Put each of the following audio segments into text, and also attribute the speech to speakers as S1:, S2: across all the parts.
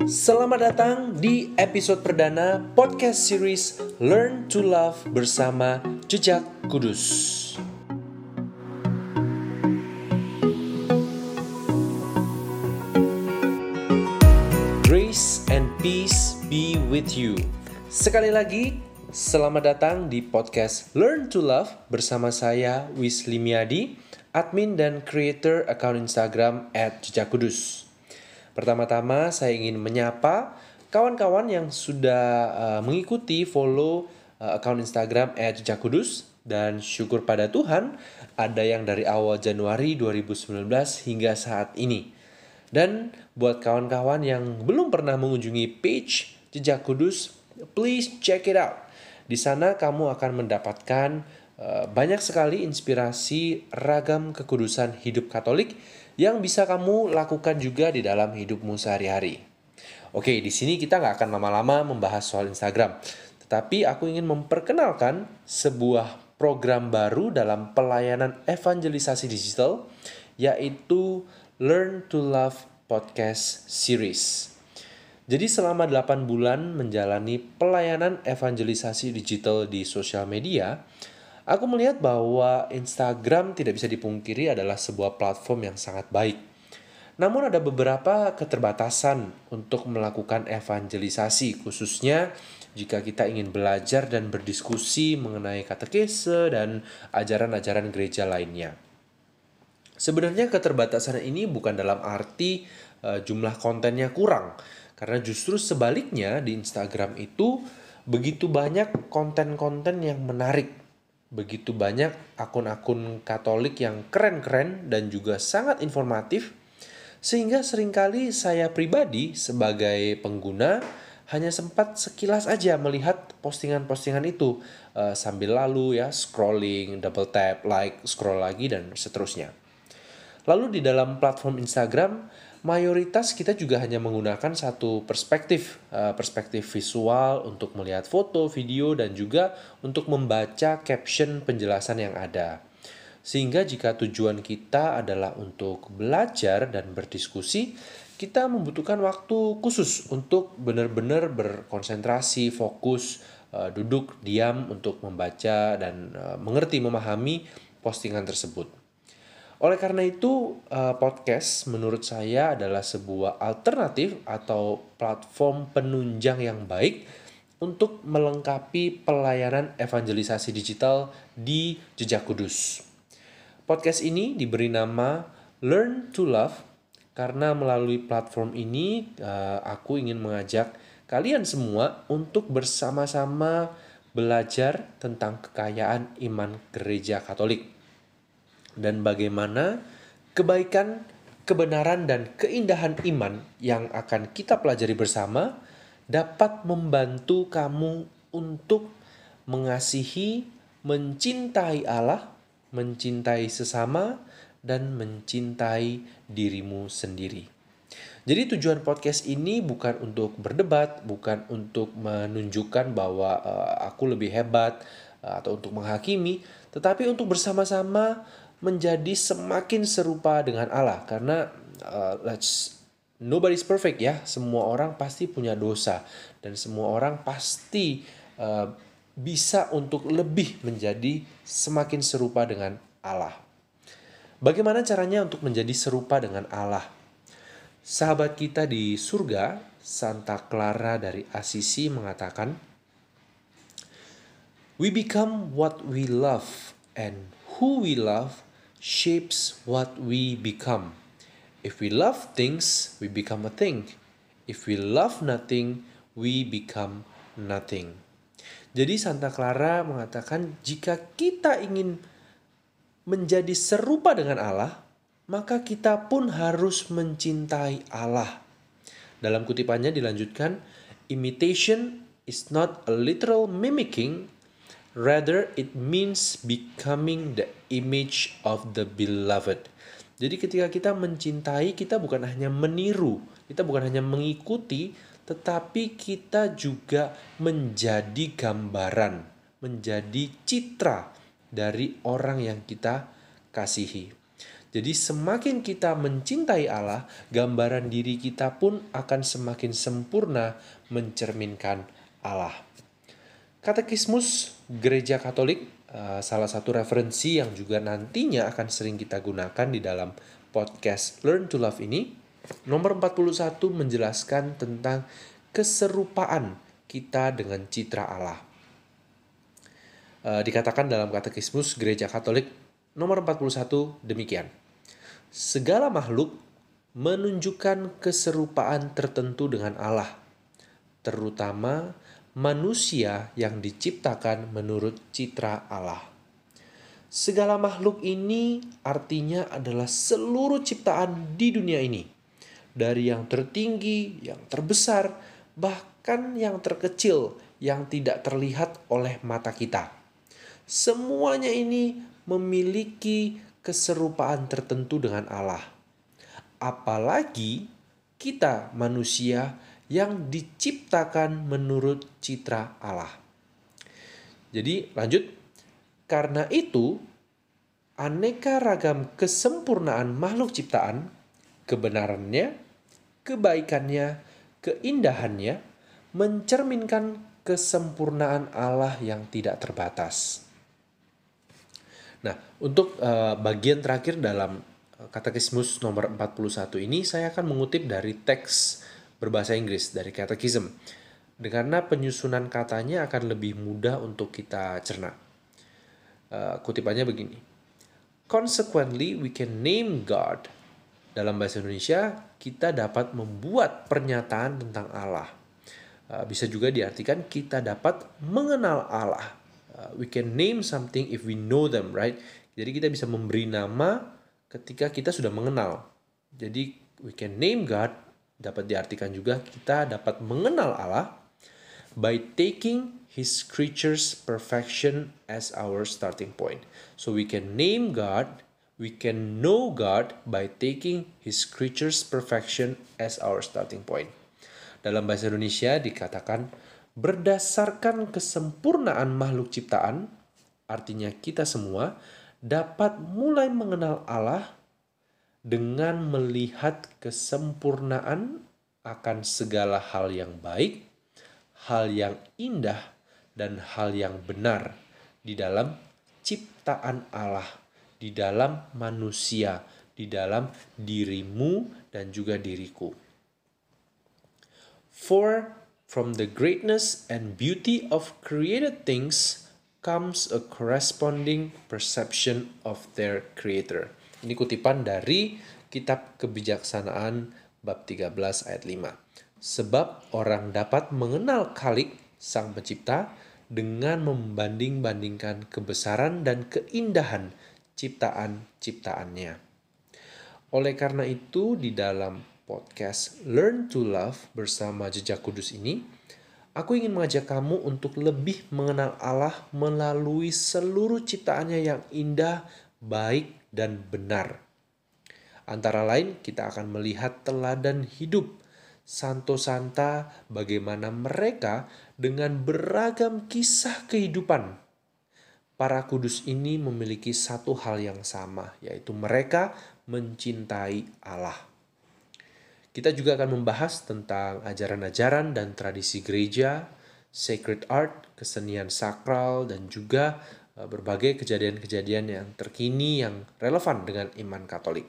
S1: Selamat datang di episode perdana podcast series Learn to Love bersama Jejak Kudus. Grace and peace be with you. Sekali lagi, selamat datang di podcast Learn to Love bersama saya Wisli Miadi, admin dan creator account Instagram @jejakkudus. Pertama-tama saya ingin menyapa kawan-kawan yang sudah mengikuti follow account Instagram @jejakkudus, dan syukur pada Tuhan ada yang dari awal Januari 2019 hingga saat ini. Dan buat kawan-kawan yang belum pernah mengunjungi page Jejak Kudus, please check it out. Di sana kamu akan mendapatkan banyak sekali inspirasi ragam kekudusan hidup Katolik yang bisa kamu lakukan juga di dalam hidupmu sehari-hari. Oke, di sini kita nggak akan lama-lama membahas soal Instagram, tetapi aku ingin memperkenalkan sebuah program baru dalam pelayanan evangelisasi digital, yaitu Learn to Love Podcast Series. Jadi selama 8 bulan menjalani pelayanan evangelisasi digital di sosial media, aku melihat bahwa Instagram tidak bisa dipungkiri adalah sebuah platform yang sangat baik. Namun ada beberapa keterbatasan untuk melakukan evangelisasi, khususnya jika kita ingin belajar dan berdiskusi mengenai katekese dan ajaran-ajaran gereja lainnya. Sebenarnya keterbatasan ini bukan dalam arti jumlah kontennya kurang, karena justru sebaliknya di Instagram itu begitu banyak konten-konten yang menarik. Begitu banyak akun-akun Katolik yang keren-keren dan juga sangat informatif, sehingga seringkali saya pribadi sebagai pengguna hanya sempat sekilas aja melihat postingan-postingan itu sambil lalu ya scrolling, double tap, like, scroll lagi dan seterusnya. Lalu di dalam platform Instagram, mayoritas kita juga hanya menggunakan satu perspektif visual untuk melihat foto, video, dan juga untuk membaca caption penjelasan yang ada. Sehingga jika tujuan kita adalah untuk belajar dan berdiskusi, kita membutuhkan waktu khusus untuk benar-benar berkonsentrasi, fokus, duduk diam untuk membaca dan mengerti, memahami postingan tersebut. Oleh karena itu, podcast menurut saya adalah sebuah alternatif atau platform penunjang yang baik untuk melengkapi pelayanan evangelisasi digital di Jejak Kudus. Podcast ini diberi nama Learn to Love karena melalui platform ini aku ingin mengajak kalian semua untuk bersama-sama belajar tentang kekayaan iman Gereja Katolik dan bagaimana kebaikan, kebenaran, dan keindahan iman yang akan kita pelajari bersama dapat membantu kamu untuk mengasihi, mencintai Allah, mencintai sesama, dan mencintai dirimu sendiri. Jadi tujuan podcast ini bukan untuk berdebat, bukan untuk menunjukkan bahwa aku lebih hebat atau untuk menghakimi, tetapi untuk bersama-sama menjadi semakin serupa dengan Allah. Karena nobody's perfect ya, semua orang pasti punya dosa dan semua orang pasti bisa untuk lebih menjadi semakin serupa dengan Allah. Bagaimana caranya untuk menjadi serupa dengan Allah? Sahabat kita di surga, Santa Clara dari Assisi mengatakan, "We become what we love, and who we love shapes what we become. If we love things, we become a thing. If we love nothing, we become nothing." Jadi Santa Clara mengatakan jika kita ingin menjadi serupa dengan Allah, maka kita pun harus mencintai Allah. Dalam kutipannya dilanjutkan, "Imitation is not a literal mimicking, rather it means becoming the image of the beloved." Jadi ketika kita mencintai, kita bukan hanya meniru, kita bukan hanya mengikuti, tetapi kita juga menjadi gambaran, menjadi citra dari orang yang kita kasihi. Jadi semakin kita mencintai Allah, gambaran diri kita pun akan semakin sempurna mencerminkan Allah. Katekismus Gereja Katolik, salah satu referensi yang juga nantinya akan sering kita gunakan di dalam podcast Learn to Love ini, nomor 41 menjelaskan tentang keserupaan kita dengan citra Allah. Dikatakan dalam Katekismus Gereja Katolik nomor 41 demikian. Segala makhluk menunjukkan keserupaan tertentu dengan Allah, terutama manusia yang diciptakan menurut citra Allah. Segala makhluk ini artinya adalah seluruh ciptaan di dunia ini, dari yang tertinggi, yang terbesar, bahkan yang terkecil yang tidak terlihat oleh mata kita. Semuanya ini memiliki keserupaan tertentu dengan Allah. Apalagi kita manusia yang diciptakan menurut citra Allah. Jadi lanjut, karena itu aneka ragam kesempurnaan makhluk ciptaan, kebenarannya, kebaikannya, keindahannya mencerminkan kesempurnaan Allah yang tidak terbatas. Nah, untuk bagian terakhir dalam Katekismus nomor 41 ini, saya akan mengutip dari teks berbahasa Inggris dari Catechism. Karena penyusunan katanya akan lebih mudah untuk kita cerna. Kutipannya begini. Consequently, we can name God. Dalam bahasa Indonesia, kita dapat membuat pernyataan tentang Allah. Bisa juga diartikan kita dapat mengenal Allah. We can name something if we know them, right? Jadi kita bisa memberi nama ketika kita sudah mengenal. Jadi we can name God, dapat diartikan juga kita dapat mengenal Allah by taking His creatures' perfection as our starting point. So we can name God, we can know God by taking His creatures' perfection as our starting point. Dalam bahasa Indonesia dikatakan berdasarkan kesempurnaan makhluk ciptaan, artinya kita semua dapat mulai mengenal Allah dengan melihat kesempurnaan akan segala hal yang baik, hal yang indah, dan hal yang benar di dalam ciptaan Allah, di dalam manusia, di dalam dirimu dan juga diriku. For from the greatness and beauty of created things comes a corresponding perception of their creator. Ini kutipan dari Kitab Kebijaksanaan bab 13 ayat 5. Sebab orang dapat mengenal Khalik Sang Pencipta dengan membanding-bandingkan kebesaran dan keindahan ciptaan-ciptaannya. Oleh karena itu, di dalam podcast Learn to Love bersama Jejak Kudus ini, aku ingin mengajak kamu untuk lebih mengenal Allah melalui seluruh ciptaannya yang indah, baik, dan benar. Antara lain, kita akan melihat teladan hidup santo-santa, bagaimana mereka dengan beragam kisah kehidupan. Para kudus ini memiliki satu hal yang sama, yaitu mereka mencintai Allah. Kita juga akan membahas tentang ajaran-ajaran dan tradisi gereja, sacred art, kesenian sakral, dan juga berbagai kejadian-kejadian yang terkini yang relevan dengan iman Katolik.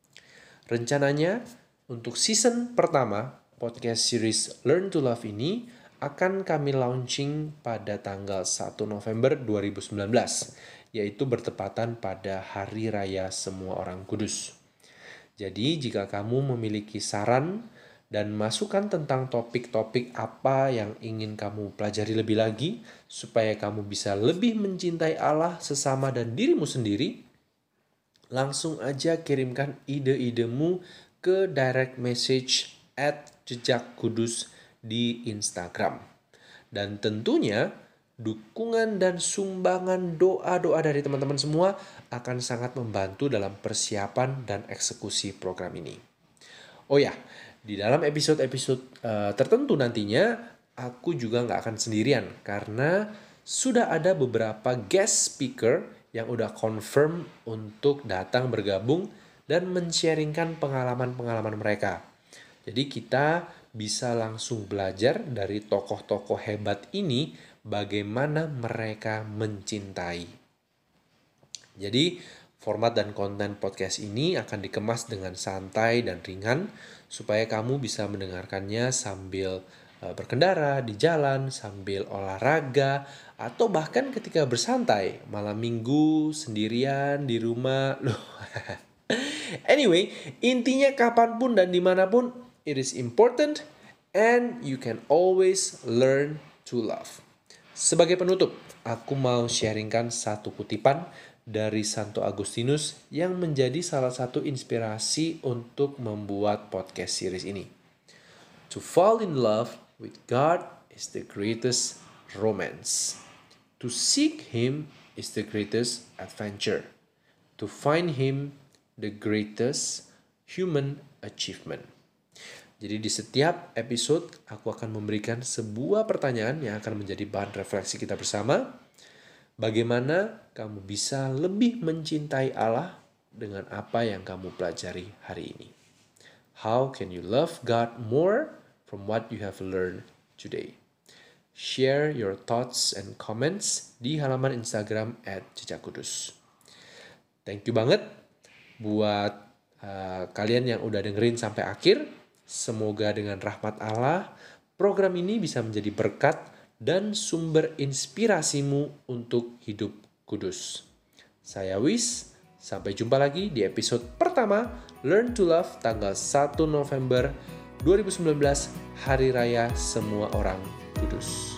S1: Rencananya, untuk season pertama podcast series Learn to Love ini akan kami launching pada tanggal 1 November 2019, yaitu bertepatan pada Hari Raya Semua Orang Kudus. Jadi jika kamu memiliki saran dan masukan tentang topik-topik apa yang ingin kamu pelajari lebih lagi supaya kamu bisa lebih mencintai Allah, sesama, dan dirimu sendiri, langsung aja kirimkan ide-idemu ke direct message @jejakkudus di Instagram. Dan tentunya dukungan dan sumbangan doa-doa dari teman-teman semua akan sangat membantu dalam persiapan dan eksekusi program ini. Oh ya, di dalam episode-episode tertentu nantinya aku juga nggak akan sendirian karena sudah ada beberapa guest speaker yang udah confirm untuk datang bergabung dan men-sharingkan pengalaman-pengalaman mereka. Jadi kita bisa langsung belajar dari tokoh-tokoh hebat ini bagaimana mereka mencintai. Jadi format dan konten podcast ini akan dikemas dengan santai dan ringan supaya kamu bisa mendengarkannya sambil berkendara, di jalan, sambil olahraga, atau bahkan ketika bersantai, malam minggu, sendirian, di rumah. Loh. Anyway, intinya kapanpun dan dimanapun, it is important and you can always learn to love. Sebagai penutup, aku mau sharingkan satu kutipan dari Santo Agustinus yang menjadi salah satu inspirasi untuk membuat podcast series ini. To fall in love with God is the greatest romance. To seek Him is the greatest adventure. To find Him the greatest human achievement. Jadi di setiap episode aku akan memberikan sebuah pertanyaan yang akan menjadi bahan refleksi kita bersama. Bagaimana kamu bisa lebih mencintai Allah dengan apa yang kamu pelajari hari ini? How can you love God more from what you have learned today? Share your thoughts and comments di halaman Instagram @jejakkudus. Thank you banget buat kalian yang udah dengerin sampai akhir. Semoga dengan rahmat Allah, program ini bisa menjadi berkat dan sumber inspirasimu untuk hidup kudus. Saya Wis, sampai jumpa lagi di episode pertama Learn to Love tanggal 1 November 2019, Hari Raya Semua Orang Kudus.